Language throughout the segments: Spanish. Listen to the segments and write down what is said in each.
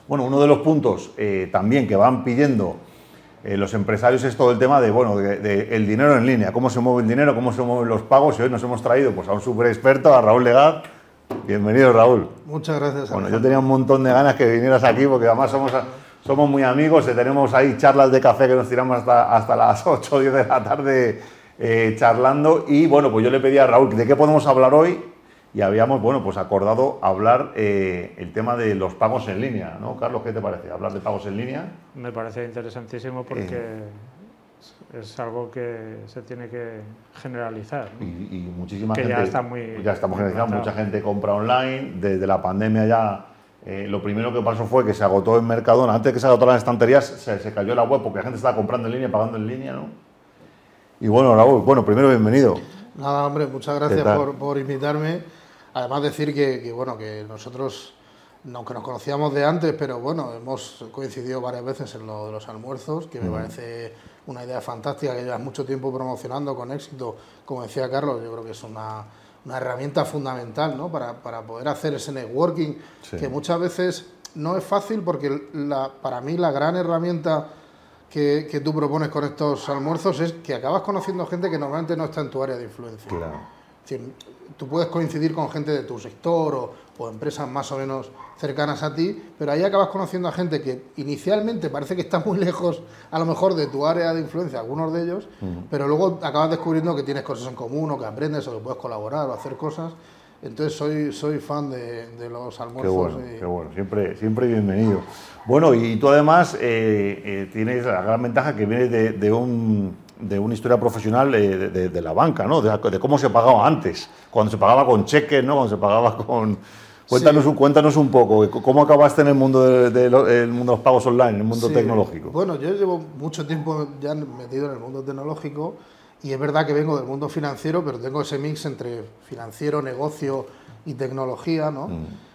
Bueno, uno de los puntos también que van pidiendo los empresarios es todo el tema de, bueno, de el dinero en línea, cómo se mueve el dinero, cómo se mueven los pagos, y hoy nos hemos traído pues, a un súper experto, a Raúl Legaz. Bienvenido, Raúl. Muchas gracias. Bueno, yo tenía un montón de ganas que vinieras aquí porque además somos muy amigos, tenemos ahí charlas de café que nos tiramos hasta las 8 o 10 de la tarde charlando, y bueno, pues yo le pedí a Raúl de qué podemos hablar hoy y habíamos, bueno, pues acordado hablar el tema de los pagos en línea, ¿no? Carlos, ¿qué te parece? Hablar de pagos en línea. Me parece interesantísimo porque es algo que se tiene que generalizar, ¿no? Y muchísima que gente, ya estamos generalizando, mucha gente compra online, desde la pandemia ya. Lo primero que pasó fue que se agotó en Mercadona. Antes de que se agotaran las estanterías, se cayó la web porque la gente estaba comprando en línea, pagando en línea, ¿no? Y bueno, Raúl, primero bienvenido. Nada, hombre, muchas gracias por invitarme. Además decir que nosotros, aunque nos conocíamos de antes, pero bueno, hemos coincidido varias veces en lo de los almuerzos, que me parece una idea fantástica, que llevas mucho tiempo promocionando con éxito. Como decía Carlos, yo creo que es una herramienta fundamental, ¿no? para poder hacer ese networking, que muchas veces no es fácil, porque para mí la gran herramienta que tú propones con estos almuerzos es que acabas conociendo gente que normalmente no está en tu área de influencia. Claro. Es decir, tú puedes coincidir con gente de tu sector o empresas más o menos cercanas a ti, pero ahí acabas conociendo a gente que inicialmente parece que está muy lejos, a lo mejor, de tu área de influencia, algunos de ellos, pero luego acabas descubriendo que tienes cosas en común, o que aprendes, o que puedes colaborar o hacer cosas. Entonces soy fan de los almuerzos. Qué bueno, siempre bienvenido. Bueno, y tú además tienes la gran ventaja que vienes de una historia profesional de la banca, ¿no? De cómo se pagaba antes, cuando se pagaba con cheques, ¿no? Cuando se pagaba con... Cuéntanos un poco, ¿cómo acabaste en el mundo de los pagos online, en el mundo tecnológico? Bueno, yo llevo mucho tiempo ya metido en el mundo tecnológico, y es verdad que vengo del mundo financiero, pero tengo ese mix entre financiero, negocio y tecnología, ¿no?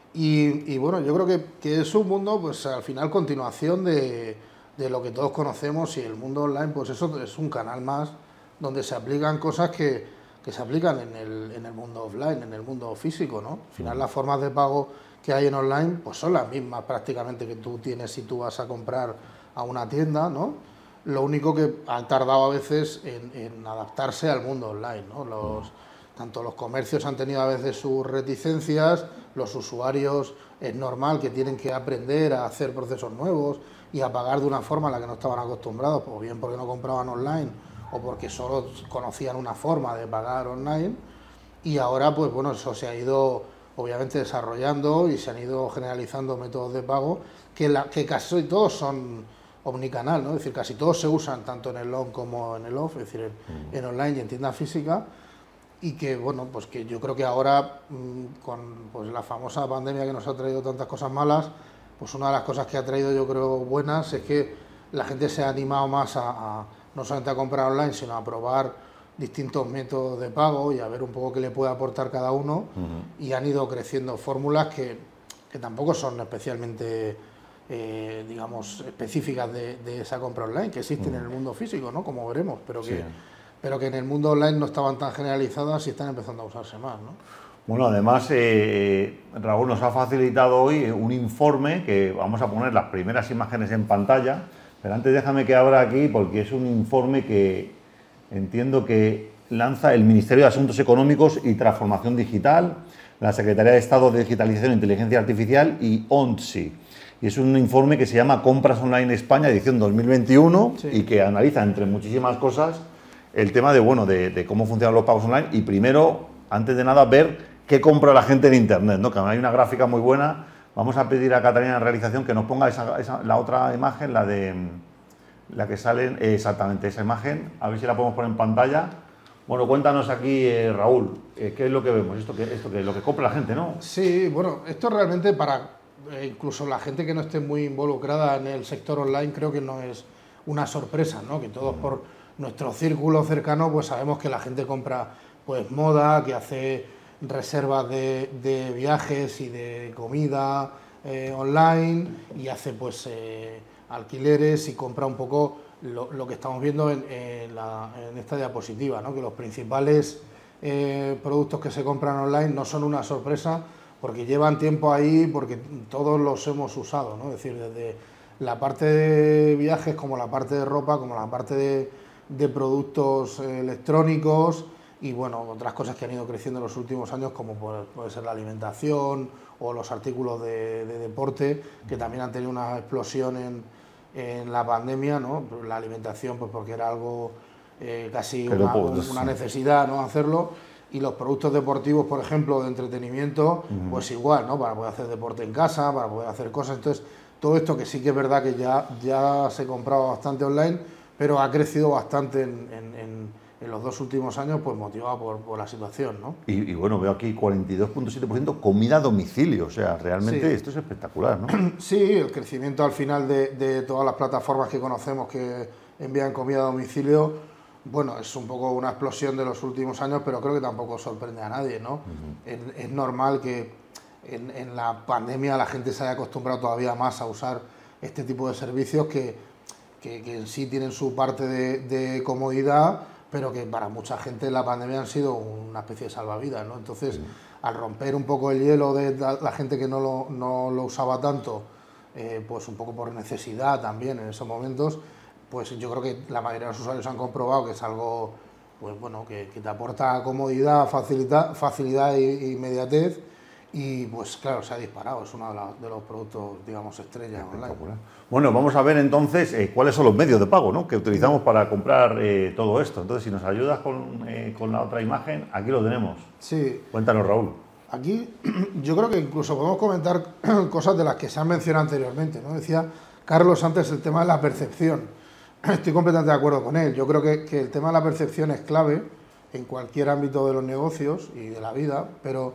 Y bueno, yo creo que es un mundo, pues al final, continuación de lo que todos conocemos, y el mundo online, pues eso es un canal más donde se aplican cosas que se aplican en el mundo offline, en el mundo físico, ¿no? Al final, las formas de pago que hay en online pues son las mismas prácticamente que tú tienes si tú vas a comprar a una tienda, ¿no? Lo único que han tardado a veces en adaptarse al mundo online, ¿no? Tanto los comercios han tenido a veces sus reticencias, los usuarios es normal que tienen que aprender a hacer procesos nuevos y a pagar de una forma a la que no estaban acostumbrados, o bien porque no compraban online o porque solo conocían una forma de pagar online. Y ahora, pues bueno, eso se ha ido obviamente desarrollando y se han ido generalizando métodos de pago que casi todos son omnicanal, ¿no? Es decir, casi todos se usan tanto en el on como en el off, es decir, en online y en tienda física. Y que, bueno, pues que yo creo que ahora, con pues la famosa pandemia que nos ha traído tantas cosas malas, pues una de las cosas que ha traído, yo creo, buenas, es que la gente se ha animado más no solamente a comprar online, sino a probar distintos métodos de pago y a ver un poco qué le puede aportar cada uno. Y han ido creciendo fórmulas que tampoco son especialmente, digamos, específicas de esa compra online, que existen en el mundo físico, ¿no? Como veremos, pero que en el mundo online no estaban tan generalizadas y están empezando a usarse más, ¿no? Bueno, además, Raúl nos ha facilitado hoy un informe que vamos a poner las primeras imágenes en pantalla, pero antes déjame que abra aquí, porque es un informe que entiendo que lanza el Ministerio de Asuntos Económicos y Transformación Digital, la Secretaría de Estado de Digitalización e Inteligencia Artificial y ONSI. Y es un informe que se llama Compras Online España, edición 2021, y que analiza, entre muchísimas cosas, el tema de cómo funcionan los pagos online, y primero, antes de nada, ver qué compra la gente en Internet, ¿no? Que hay una gráfica muy buena. Vamos a pedir a Catalina en realización que nos ponga la otra imagen, la que sale, exactamente esa imagen, a ver si la podemos poner en pantalla. Bueno, cuéntanos aquí, Raúl, ¿qué es lo que vemos? Esto que es lo que compra la gente, ¿no? Sí, bueno, esto realmente para incluso la gente que no esté muy involucrada en el sector online, creo que no es una sorpresa, ¿no? Que todos por nuestro círculo cercano pues sabemos que la gente compra pues moda, que hace reservas de viajes y de comida online, y hace pues alquileres, y compra un poco lo que estamos viendo en esta diapositiva, ¿no? Que los principales productos que se compran online no son una sorpresa, porque llevan tiempo ahí, porque todos los hemos usado, ¿no? Es decir, desde la parte de viajes, como la parte de ropa, como la parte de productos electrónicos y bueno, otras cosas que han ido creciendo en los últimos años, como puede ser la alimentación o los artículos de deporte, que también han tenido una explosión en la pandemia, ¿no? La alimentación, pues porque era algo casi una necesidad, ¿no? Hacerlo. Y los productos deportivos, por ejemplo, de entretenimiento, pues igual, ¿no? Para poder hacer deporte en casa, para poder hacer cosas. Entonces, todo esto que sí que es verdad que ya se compraba bastante online, pero ha crecido bastante en los 2 últimos años, pues motivado por la situación, ¿no? Y bueno, veo aquí 42,7% comida a domicilio, o sea, realmente esto es espectacular, ¿no? Sí, el crecimiento al final de todas las plataformas que conocemos que envían comida a domicilio, bueno, es un poco una explosión de los últimos años, pero creo que tampoco sorprende a nadie, ¿no? Es normal que en la pandemia la gente se haya acostumbrado todavía más a usar este tipo de servicios que en sí tienen su parte de comodidad, pero que para mucha gente la pandemia han sido una especie de salvavidas, ¿no? Entonces, al romper un poco el hielo de la gente que no lo usaba tanto, pues un poco por necesidad también en esos momentos, pues yo creo que la mayoría de los usuarios han comprobado que es algo, pues bueno, que te aporta comodidad, facilidad e inmediatez, y pues claro, se ha disparado, es uno de los productos, digamos, estrella online. Bueno, vamos a ver entonces cuáles son los medios de pago, ¿no?, que utilizamos para comprar todo esto. Entonces, si nos ayudas con la otra imagen, aquí lo tenemos. Sí. Cuéntanos, Raúl. Aquí yo creo que incluso podemos comentar cosas de las que se han mencionado anteriormente, ¿no? Decía Carlos antes el tema de la percepción. Estoy completamente de acuerdo con él. Yo creo que el tema de la percepción es clave en cualquier ámbito de los negocios y de la vida, pero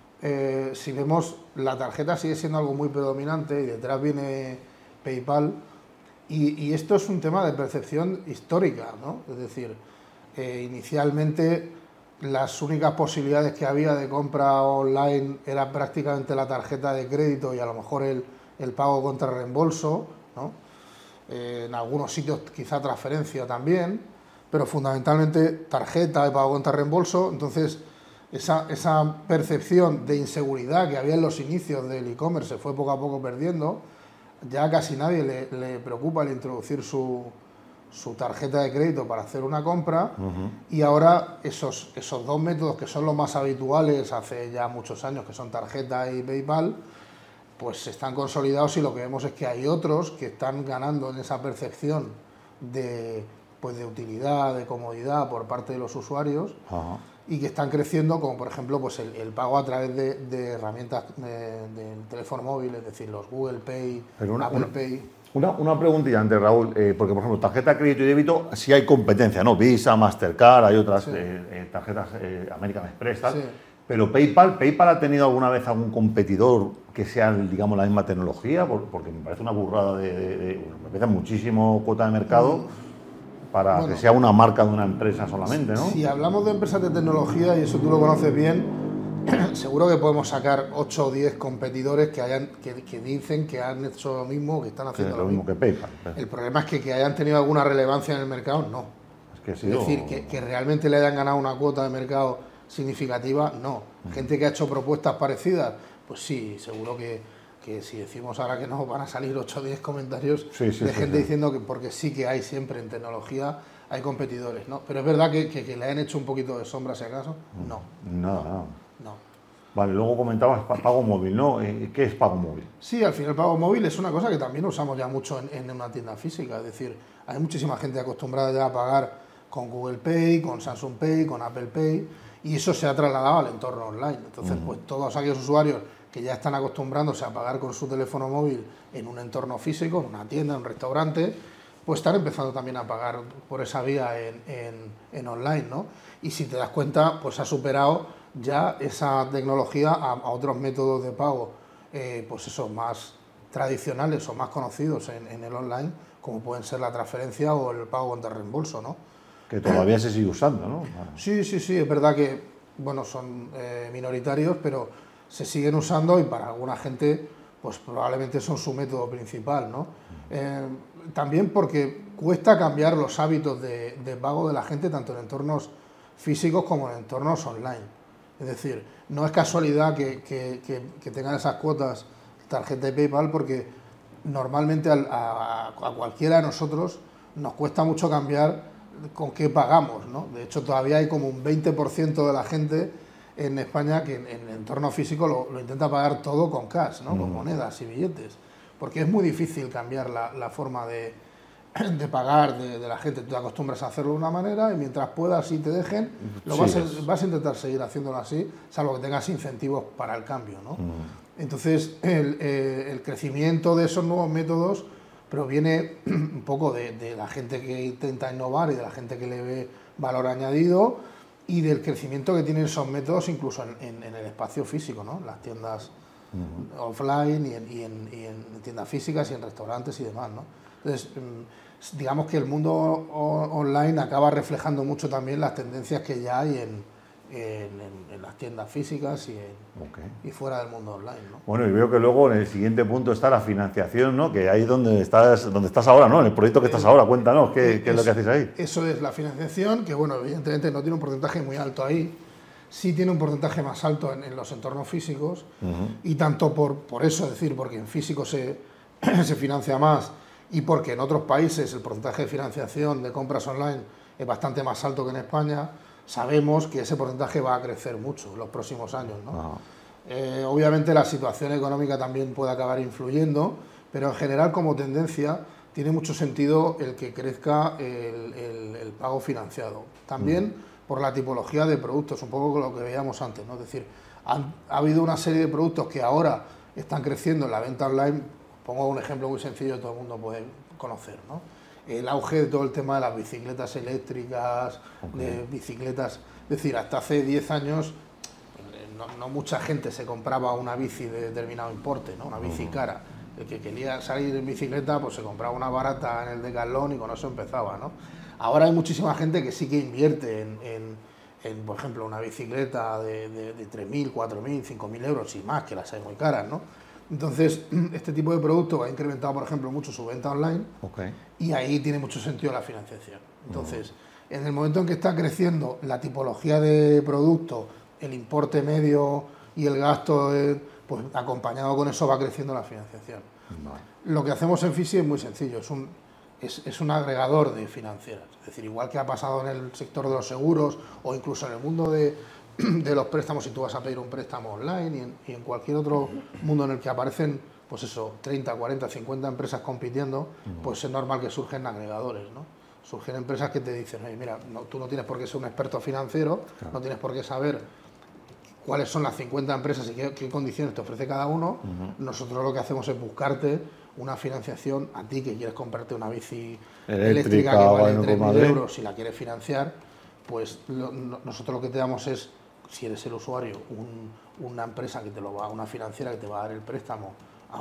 si vemos, la tarjeta sigue siendo algo muy predominante y detrás viene PayPal, y esto es un tema de percepción histórica, ¿no? Es decir, inicialmente las únicas posibilidades que había de compra online era prácticamente la tarjeta de crédito y a lo mejor el pago contra reembolso, ¿no? En algunos sitios quizá transferencia también, pero fundamentalmente tarjeta de pago contra reembolso. Entonces esa percepción de inseguridad que había en los inicios del e-commerce se fue poco a poco perdiendo. Ya casi nadie le preocupa el introducir su tarjeta de crédito para hacer una compra, y ahora esos 2 métodos que son los más habituales hace ya muchos años, que son tarjeta y PayPal, pues están consolidados, y lo que vemos es que hay otros que están ganando en esa percepción de utilidad, de comodidad por parte de los usuarios, y que están creciendo, como por ejemplo pues el pago a través de herramientas del teléfono móvil, es decir, los Google Pay, Apple Pay. Una preguntilla antes, Raúl, porque por ejemplo, tarjeta de crédito y débito sí hay competencia, ¿no? Visa, Mastercard, hay otras tarjetas American Express, tal. Sí. Pero ¿PayPal ha tenido alguna vez algún competidor que sea, digamos, la misma tecnología? Porque me parece una burrada me parece muchísimo cuota de mercado para que sea una marca de una empresa solamente, ¿no? Si hablamos de empresas de tecnología, y eso tú lo conoces bien, seguro que podemos sacar 8 o 10 competidores que dicen que han hecho lo mismo, que están haciendo lo mismo que PayPal. El problema es que hayan tenido alguna relevancia en el mercado, no. Es decir, que realmente le hayan ganado una cuota de mercado significativa, no. Gente que ha hecho propuestas parecidas, pues sí, seguro que si decimos ahora que no, van a salir 8 o 10 comentarios de gente diciendo que, porque sí que hay siempre en tecnología, hay competidores, ¿no? Pero es verdad que le han hecho un poquito de sombra, si acaso, no. No. Vale, luego comentabas pago móvil, ¿no? ¿Qué es pago móvil? Sí, al final pago móvil es una cosa que también usamos ya mucho en una tienda física, es decir, hay muchísima gente acostumbrada ya a pagar con Google Pay, con Samsung Pay, con Apple Pay, y eso se ha trasladado al entorno online. Entonces, pues todos aquellos usuarios que ya están acostumbrándose a pagar con su teléfono móvil en un entorno físico, en una tienda, en un restaurante, pues están empezando también a pagar por esa vía en online, ¿no? Y si te das cuenta, pues ha superado ya esa tecnología a otros métodos de pago, pues esos más tradicionales o más conocidos en el online, como pueden ser la transferencia o el pago contra reembolso, ¿no? Que todavía se sigue usando, ¿no? Sí, es verdad que, bueno, son minoritarios, pero se siguen usando, y para alguna gente, pues probablemente son su método principal, ¿no? También porque cuesta cambiar los hábitos de pago de la gente, tanto en entornos físicos como en entornos online. Es decir, no es casualidad que tengan esas cuotas tarjeta de PayPal, porque normalmente a cualquiera de nosotros nos cuesta mucho cambiar con qué pagamos, ¿no? De hecho, todavía hay como un 20% de la gente en España que en el entorno físico lo intenta pagar todo con cash, ¿no? Con monedas y billetes, porque es muy difícil cambiar la forma de pagar de la gente. Tú te acostumbras a hacerlo de una manera y mientras puedas y te dejen, vas a intentar seguir haciéndolo así, salvo que tengas incentivos para el cambio, ¿no? Entonces, el crecimiento de esos nuevos métodos proviene un poco de la gente que intenta innovar y de la gente que le ve valor añadido, y del crecimiento que tienen esos métodos incluso en el espacio físico, ¿no? En las tiendas offline y en tiendas físicas y en restaurantes y demás, ¿no? Entonces, digamos que el mundo online acaba reflejando mucho también las tendencias que ya hay en las tiendas físicas y fuera del mundo online, ¿no? Bueno, y veo que luego en el siguiente punto está la financiación, ¿no? Que ahí es donde estás ahora, ¿no? En el proyecto que estás ahora. Cuéntanos, ¿qué es lo que hacéis ahí? Eso es la financiación, que bueno, evidentemente no tiene un porcentaje muy alto ahí, sí tiene un porcentaje más alto en los entornos físicos, y tanto por eso, es decir, porque en físico se financia más, y porque en otros países el porcentaje de financiación de compras online es bastante más alto que en España, sabemos que ese porcentaje va a crecer mucho en los próximos años, ¿no? Obviamente la situación económica también puede acabar influyendo, pero en general como tendencia tiene mucho sentido el que crezca el pago financiado. También por la tipología de productos, un poco lo que veíamos antes, ¿no? Es decir, ha habido una serie de productos que ahora están creciendo en la venta online. Pongo un ejemplo muy sencillo que todo el mundo puede conocer, ¿no? El auge de todo el tema de las bicicletas eléctricas, de bicicletas, es decir, hasta hace 10 años no mucha gente se compraba una bici de determinado importe, ¿no? Una bici cara. El que quería salir en bicicleta, pues se compraba una barata en el Decathlon y con eso empezaba, ¿no? Ahora hay muchísima gente que sí que invierte en por ejemplo, una bicicleta de 3.000, 4.000, 5.000 euros y más, que las hay muy caras, ¿no? Entonces, este tipo de producto ha incrementado, por ejemplo, mucho su venta online, y ahí tiene mucho sentido la financiación. Entonces, en el momento en que está creciendo la tipología de producto, el importe medio y el gasto, pues acompañado con eso va creciendo la financiación. Lo que hacemos en Fisi es muy sencillo, es un agregador de financieras. Es decir, igual que ha pasado en el sector de los seguros o incluso en el mundo de los préstamos, si tú vas a pedir un préstamo online y en cualquier otro mundo en el que aparecen, pues eso, 30, 40, 50 empresas compitiendo, pues es normal que surgen agregadores, ¿no? Surgen empresas que te dicen, oye, mira, tú no tienes por qué ser un experto financiero, no tienes por qué saber cuáles son las 50 empresas y qué condiciones te ofrece cada uno. Nosotros lo que hacemos es buscarte una financiación a ti que quieres comprarte una bici eléctrica que vale 3.000 euros, si la quieres financiar, pues nosotros lo que te damos es, si eres el usuario, una empresa que te lo va, una financiera que te va a dar el préstamo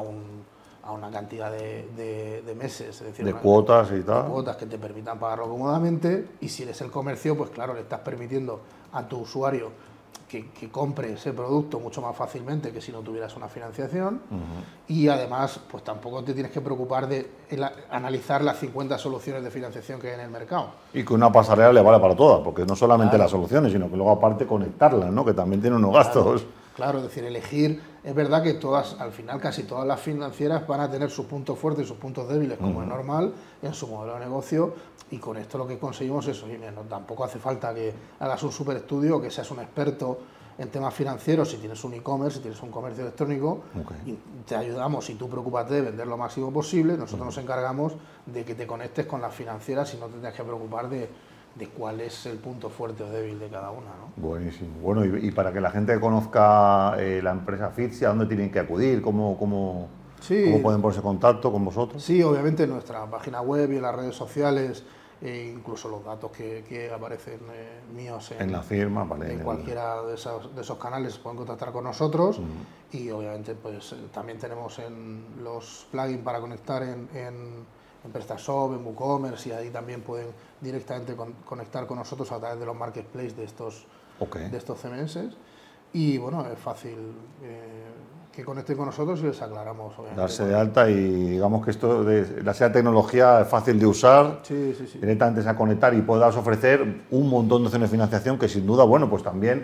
a una cantidad de meses, es decir, de cuotas y tal. De cuotas que te permitan pagarlo cómodamente, y si eres el comercio, pues claro, le estás permitiendo a tu usuario que compre ese producto mucho más fácilmente que si no tuvieras una financiación, y además pues tampoco te tienes que preocupar de analizar las 50 soluciones de financiación que hay en el mercado. Y que una pasarela le vale para todas, porque no solamente las soluciones, sino que luego aparte conectarlas, ¿no? Que también tiene unos gastos. Claro, es decir, elegir, es verdad que al final casi todas las financieras van a tener sus puntos fuertes y sus puntos débiles, como es normal, en su modelo de negocio, y con esto lo que conseguimos es, oye, mira, tampoco hace falta que hagas un super estudio o que seas un experto en temas financieros. Si tienes un e-commerce, si tienes un comercio electrónico, y te ayudamos, y tú preocúpate de vender lo máximo posible, nosotros nos encargamos de que te conectes con las financieras y no te tengas que preocupar de cuál es el punto fuerte o débil de cada una, ¿no? Buenísimo. Bueno, y para que la gente conozca la empresa Fitsi, ¿a dónde tienen que acudir? ¿Cómo pueden ponerse en contacto con vosotros? Sí, obviamente en nuestra página web y en las redes sociales, incluso los datos que aparecen míos en la firma, vale, en cualquiera de esos canales pueden contactar con nosotros, y obviamente pues también tenemos los plugins para conectar en PrestaShop, en WooCommerce, y ahí también pueden directamente conectar con nosotros a través de los marketplaces de estos CMS, y bueno, es fácil que conecten con nosotros y les aclaramos, obviamente. Darse de alta, y digamos que esto de la tecnología es fácil de usar, sí. Directamente a conectar y puedas ofrecer un montón de opciones de financiación que sin duda, bueno, pues también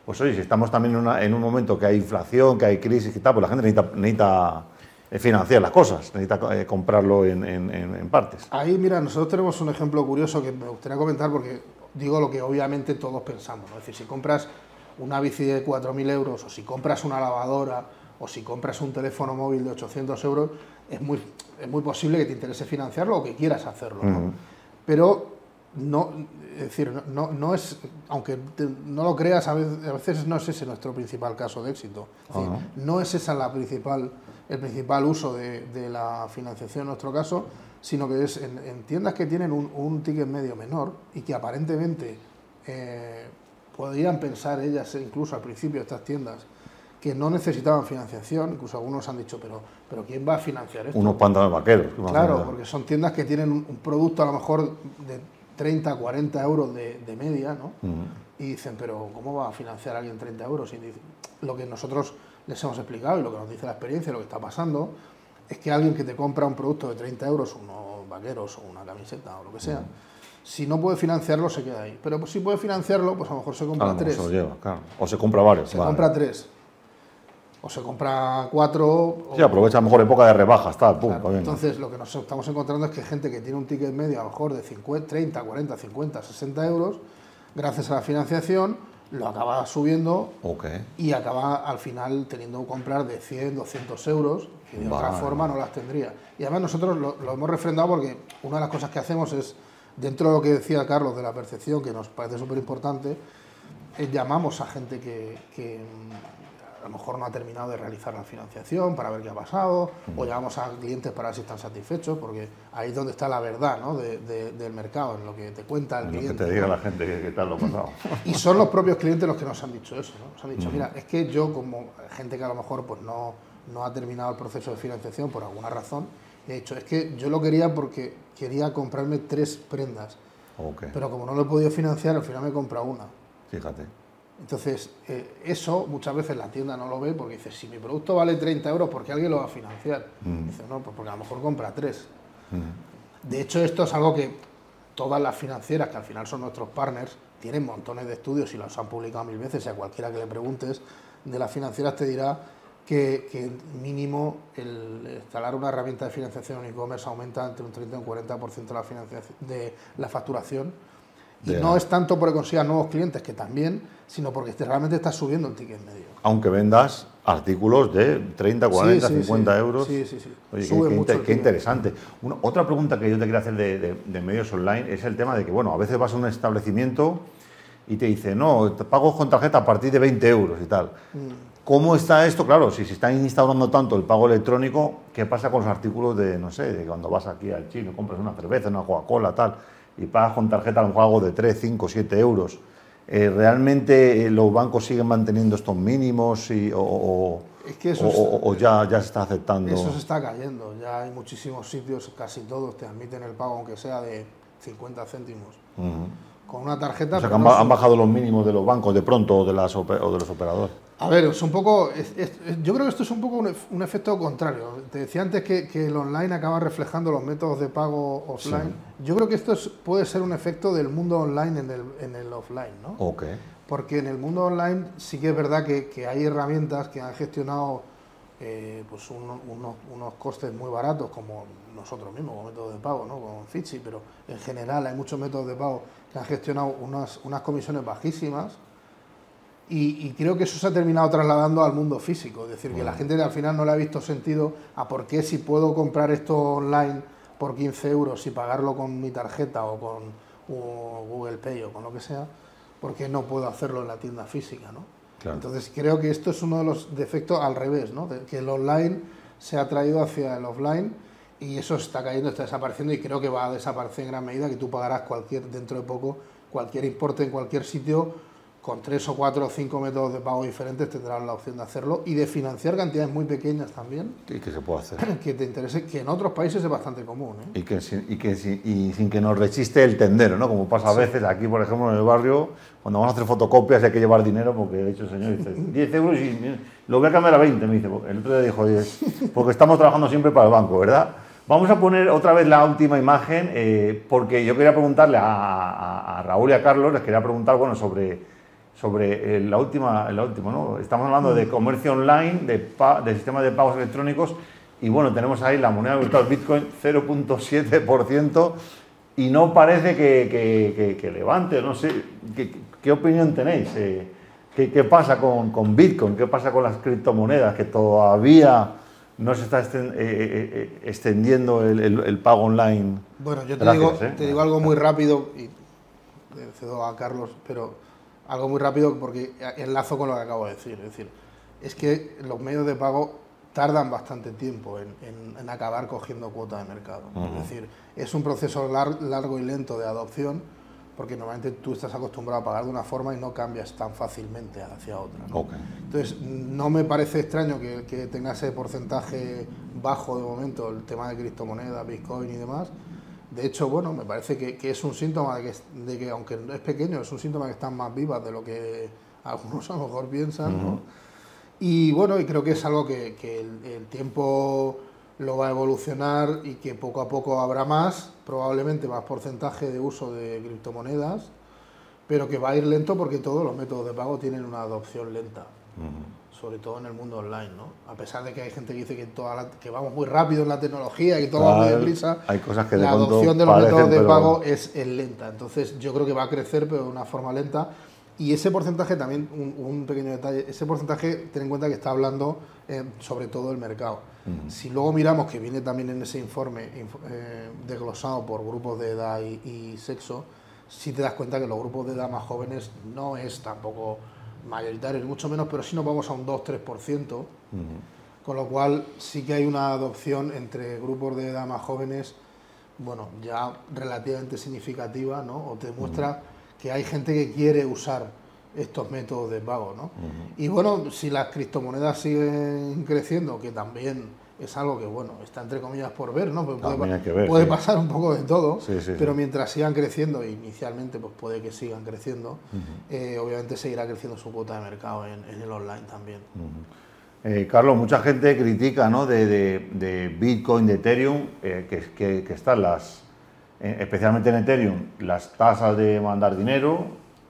pues oye, si estamos también en un momento que hay inflación, que hay crisis y tal, pues la gente necesita financiar las cosas, necesita comprarlo en partes. Ahí, mira, nosotros tenemos un ejemplo curioso que me gustaría comentar porque digo lo que obviamente todos pensamos, ¿no? Es decir, si compras una bici de 4.000 euros o si compras una lavadora o si compras un teléfono móvil de 800 euros, es muy posible que te interese financiarlo o que quieras hacerlo, ¿no? Pero no, es decir, no es, aunque no lo creas, a veces no es ese nuestro principal caso de éxito. Es decir, no es esa el principal uso de la financiación en nuestro caso, sino que es en tiendas que tienen un ticket medio menor y que aparentemente podrían pensar ellas, incluso al principio, estas tiendas, que no necesitaban financiación, incluso algunos han dicho, pero ¿quién va a financiar esto? Unos pantalones vaqueros. Claro, porque son tiendas que tienen un producto a lo mejor de 30, 40 euros de media, ¿no? Y dicen, pero ¿cómo va a financiar a alguien 30 euros? Y lo que nosotros les hemos explicado y lo que nos dice la experiencia, lo que está pasando, es que alguien que te compra un producto de 30 euros, unos vaqueros o una camiseta o lo que sea, si no puede financiarlo, se queda ahí. Pero pues, si puede financiarlo, pues a lo mejor se compra 3. Se lo lleva, claro. O se compra varios. Se compra 3. O se compra 4. Sí, aprovecha a lo mejor época de rebajas, tal, pum, claro. Entonces, lo que nos estamos encontrando es que gente que tiene un ticket medio a lo mejor de 30, 40, 50, 60 euros, gracias a la financiación, lo acaba subiendo y acaba al final teniendo que comprar de 100, 200 euros, que de otra forma no las tendría. Y además nosotros lo hemos refrendado porque una de las cosas que hacemos es, dentro de lo que decía Carlos de la percepción, que nos parece súper importante, llamamos a gente que a lo mejor no ha terminado de realizar la financiación para ver qué ha pasado, o llamamos a clientes para ver si están satisfechos, porque ahí es donde está la verdad, ¿no? del mercado, en lo que te cuenta el cliente. Lo que te diga la gente que tal lo ha pasado. Y son los propios clientes los que nos han dicho eso, ¿no? Nos han dicho, mira, es que yo, como gente que a lo mejor pues no ha terminado el proceso de financiación por alguna razón, he dicho, es que yo lo quería porque quería comprarme 3 prendas, pero como no lo he podido financiar, al final me he comprado una. Fíjate. Entonces, eso muchas veces la tienda no lo ve porque dice, si mi producto vale 30 euros, ¿por qué alguien lo va a financiar? Dice, no, pues porque a lo mejor compra 3. De hecho, esto es algo que todas las financieras, que al final son nuestros partners, tienen montones de estudios y los han publicado 1000 veces, y a cualquiera que le preguntes de las financieras te dirá que mínimo el instalar una herramienta de financiación en e-commerce aumenta entre un 30 y un 40% de la facturación. Y no es tanto porque consigas nuevos clientes, que también, sino porque realmente estás subiendo el ticket medio. Aunque vendas artículos de 30, 40, 50 euros. Sí. Oye, qué interesante. Otra pregunta que yo te quería hacer de medios online es el tema de que, bueno, a veces vas a un establecimiento y te dice, no, te pago con tarjeta a partir de 20 euros y tal. ¿Cómo está esto? Claro, si se está instaurando tanto el pago electrónico, ¿qué pasa con los artículos de, no sé, de cuando vas aquí al chino, compras una cerveza, una Coca-Cola, tal, y pagas con tarjeta a lo mejor algo de 3, 5, 7 euros? ¿Realmente los bancos siguen manteniendo estos mínimos o ya se está aceptando? Eso se está cayendo. Ya hay muchísimos sitios, casi todos, te admiten el pago, aunque sea de 50 céntimos. Con una tarjeta. O sea, que han bajado los mínimos de los bancos de pronto o de los operadores. A ver, es un poco, yo creo que esto es un poco un efecto contrario. Te decía antes que el online acaba reflejando los métodos de pago offline. Sí. Yo creo que esto puede ser un efecto del mundo online en el offline, ¿no? Porque en el mundo online sí que es verdad que hay herramientas que han gestionado pues unos costes muy baratos, como nosotros mismos, como métodos de pago, ¿no? Con Fitchi, pero en general hay muchos métodos de pago que han gestionado unas comisiones bajísimas. Y creo que eso se ha terminado trasladando al mundo físico, es decir, que la gente al final no le ha visto sentido a por qué si puedo comprar esto online por 15 euros y pagarlo con mi tarjeta o con Google Pay o con lo que sea, ¿por qué no puedo hacerlo en la tienda física, ¿no? Claro. Entonces creo que esto es uno de los defectos al revés, ¿no? Que el online se ha traído hacia el offline y eso está cayendo, está desapareciendo, y creo que va a desaparecer en gran medida, que tú pagarás dentro de poco cualquier importe en cualquier sitio. Con 3 o 4 o 5 métodos de pago diferentes tendrás la opción de hacerlo y de financiar cantidades muy pequeñas también. ¿Y qué se puede hacer? Que te interese, que en otros países es bastante común, ¿eh? Y sin que nos rechiste el tendero, ¿no? Como pasa a veces aquí, por ejemplo, en el barrio, cuando vamos a hacer fotocopias hay que llevar dinero porque de hecho el señor dice 10 euros y lo voy a cambiar a 20, me dice. El otro día dijo, porque estamos trabajando siempre para el banco, ¿verdad? Vamos a poner otra vez la última imagen porque yo quería preguntarle a Raúl y a Carlos, les quería preguntar, bueno, sobre sobre la última, ¿no? Estamos hablando de comercio online, de sistemas de pagos electrónicos, y bueno, tenemos ahí la moneda virtual Bitcoin 0.7%, y no parece que levante, no sé, ¿qué opinión tenéis? ¿Qué pasa con Bitcoin? ¿Qué pasa con las criptomonedas? Que todavía no se está extendiendo el pago online. Bueno, yo te digo algo muy rápido, y le cedo a Carlos, pero algo muy rápido porque enlazo con lo que acabo de decir. Es decir, es que los medios de pago tardan bastante tiempo en acabar cogiendo cuota de mercado. Es decir, es un proceso largo y lento de adopción, porque normalmente tú estás acostumbrado a pagar de una forma y no cambias tan fácilmente hacia otra, ¿no? Entonces, no me parece extraño que tenga ese porcentaje bajo de momento el tema de criptomonedas, Bitcoin y demás. De hecho, bueno, me parece que es un síntoma de que, aunque es pequeño, es un síntoma que están más vivas de lo que algunos a lo mejor piensan, ¿no? Y bueno, y creo que es algo que el tiempo lo va a evolucionar y que poco a poco habrá más, probablemente más porcentaje de uso de criptomonedas, pero que va a ir lento porque todos los métodos de pago tienen una adopción lenta, sobre todo en el mundo online, ¿no? A pesar de que hay gente que dice que vamos muy rápido en la tecnología y que todo va muy deprisa, hay cosas que la adopción de los métodos de pago es lenta. Entonces yo creo que va a crecer, pero de una forma lenta. Y ese porcentaje también, un pequeño detalle, ese porcentaje, ten en cuenta que está hablando sobre todo el mercado. Si luego miramos, que viene también en ese informe desglosado por grupos de edad y sexo, sí te das cuenta que los grupos de edad más jóvenes no es tampoco mayoritario, ni mucho menos, pero sí nos vamos a un 2-3%, con lo cual sí que hay una adopción entre grupos de edad más jóvenes, bueno, ya relativamente significativa, ¿no? O te demuestra que hay gente que quiere usar estos métodos de pago, ¿no? Y bueno, si las criptomonedas siguen creciendo, que también es algo que, bueno, está entre comillas por ver, ¿no? Puede pasar un poco de todo, pero mientras sigan creciendo, inicialmente pues puede que sigan creciendo, obviamente seguirá creciendo su cuota de mercado en el online también. Carlos, mucha gente critica, ¿no? de Bitcoin, de Ethereum, que están especialmente en Ethereum, las tasas de mandar dinero,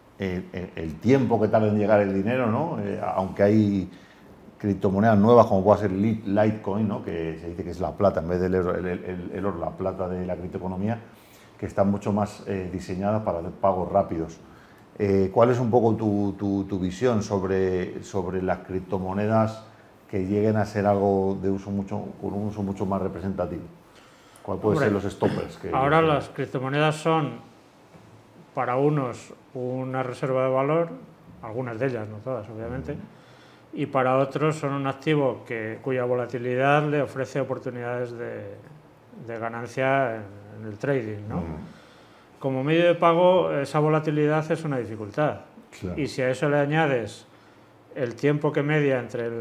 el tiempo que tarda en llegar el dinero, ¿no? Aunque hay criptomonedas nuevas como puede ser Litecoin, ¿no? Que se dice que es la plata en vez del oro, la plata de la criptoeconomía, que están mucho más diseñadas para hacer pagos rápidos. ¿Cuál es un poco tu visión sobre las criptomonedas que lleguen a ser algo de uso con un uso mucho más representativo? ¿Cuál puede ser los stoppers? Ahora las criptomonedas son para unos una reserva de valor, algunas de ellas, no todas obviamente, y para otros son un activo cuya volatilidad le ofrece oportunidades de ganancia en el trading, ¿no? Como medio de pago, esa volatilidad es una dificultad. Claro. Y si a eso le añades el tiempo que media entre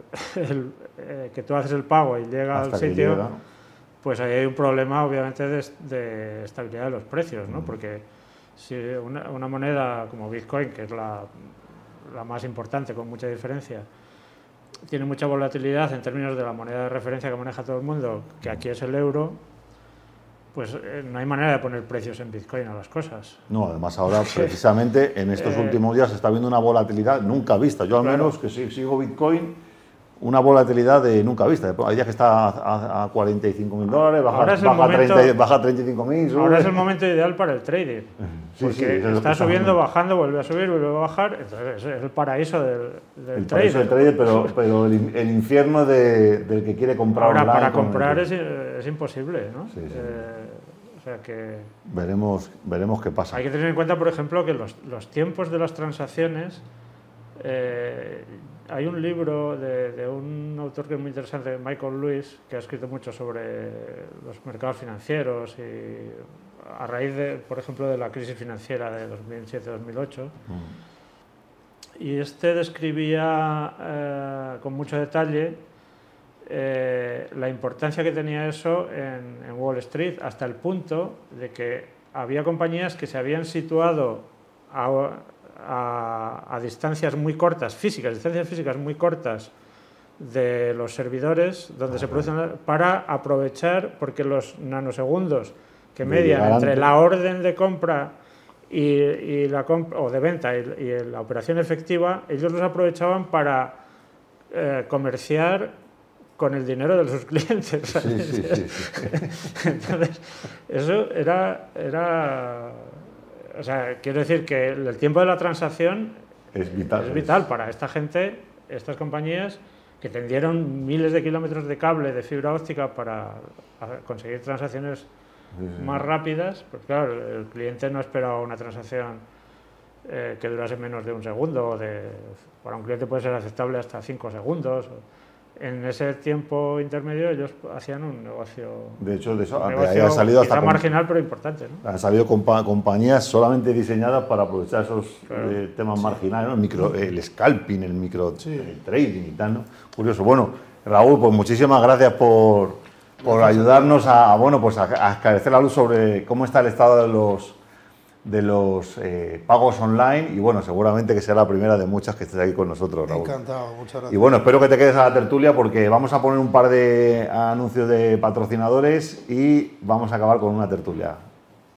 que tú haces el pago y llega al sitio, pues ahí hay un problema obviamente de estabilidad de los precios, ¿no? Porque si una moneda como Bitcoin, que es la más importante con mucha diferencia, tiene mucha volatilidad en términos de la moneda de referencia que maneja todo el mundo, que aquí es el euro, pues no hay manera de poner precios en Bitcoin a las cosas. No, además ahora precisamente en estos últimos días se está viendo una volatilidad nunca vista. Yo al menos que sigo Bitcoin, una volatilidad de nunca vista. Hay días que está a $45.000, baja 35.000. Ahora es el momento ideal para el trading. Porque está subiendo, bajando, vuelve a subir, vuelve a bajar. Entonces es el paraíso del trader. Paraíso del trader, pero el infierno del que quiere comprar. Ahora, para comprar es imposible, ¿no? O sea que veremos qué pasa. Hay que tener en cuenta, por ejemplo, que los tiempos de las transacciones... hay un libro de un autor que es muy interesante, Michael Lewis, que ha escrito mucho sobre los mercados financieros y a raíz por ejemplo, de la crisis financiera de 2007-2008. Y este describía con mucho detalle la importancia que tenía eso en Wall Street, hasta el punto de que había compañías que se habían situado a distancias muy cortas, distancias físicas muy cortas de los servidores donde se producen, para aprovechar, porque los nanosegundos que median entre la orden de compra y la compra, o de venta y la operación efectiva, ellos los aprovechaban para comerciar con el dinero de sus clientes. Sí. Entonces, eso era, o sea, quiero decir que el tiempo de la transacción es vital. Es vital para esta gente, estas compañías que tendieron miles de kilómetros de cable de fibra óptica para conseguir transacciones más rápidas, porque claro, el cliente no esperaba una transacción que durase menos de un segundo, para un cliente puede ser aceptable hasta 5 segundos. En ese tiempo intermedio ellos hacían un negocio. De hecho, de eso ahí ha salido hasta marginal, pero importante, ¿no? Han salido compañías solamente diseñadas para aprovechar esos temas marginales, ¿no? El scalping, el micro trading y tal, ¿no? Curioso. Bueno, Raúl, pues muchísimas gracias por ayudarnos a esclarecer la luz sobre cómo está el estado de los pagos online, y bueno, seguramente que será la primera de muchas que estés aquí con nosotros, Raúl. Encantado, muchas gracias. Y bueno, espero que te quedes a la tertulia porque vamos a poner un par de anuncios de patrocinadores y vamos a acabar con una tertulia.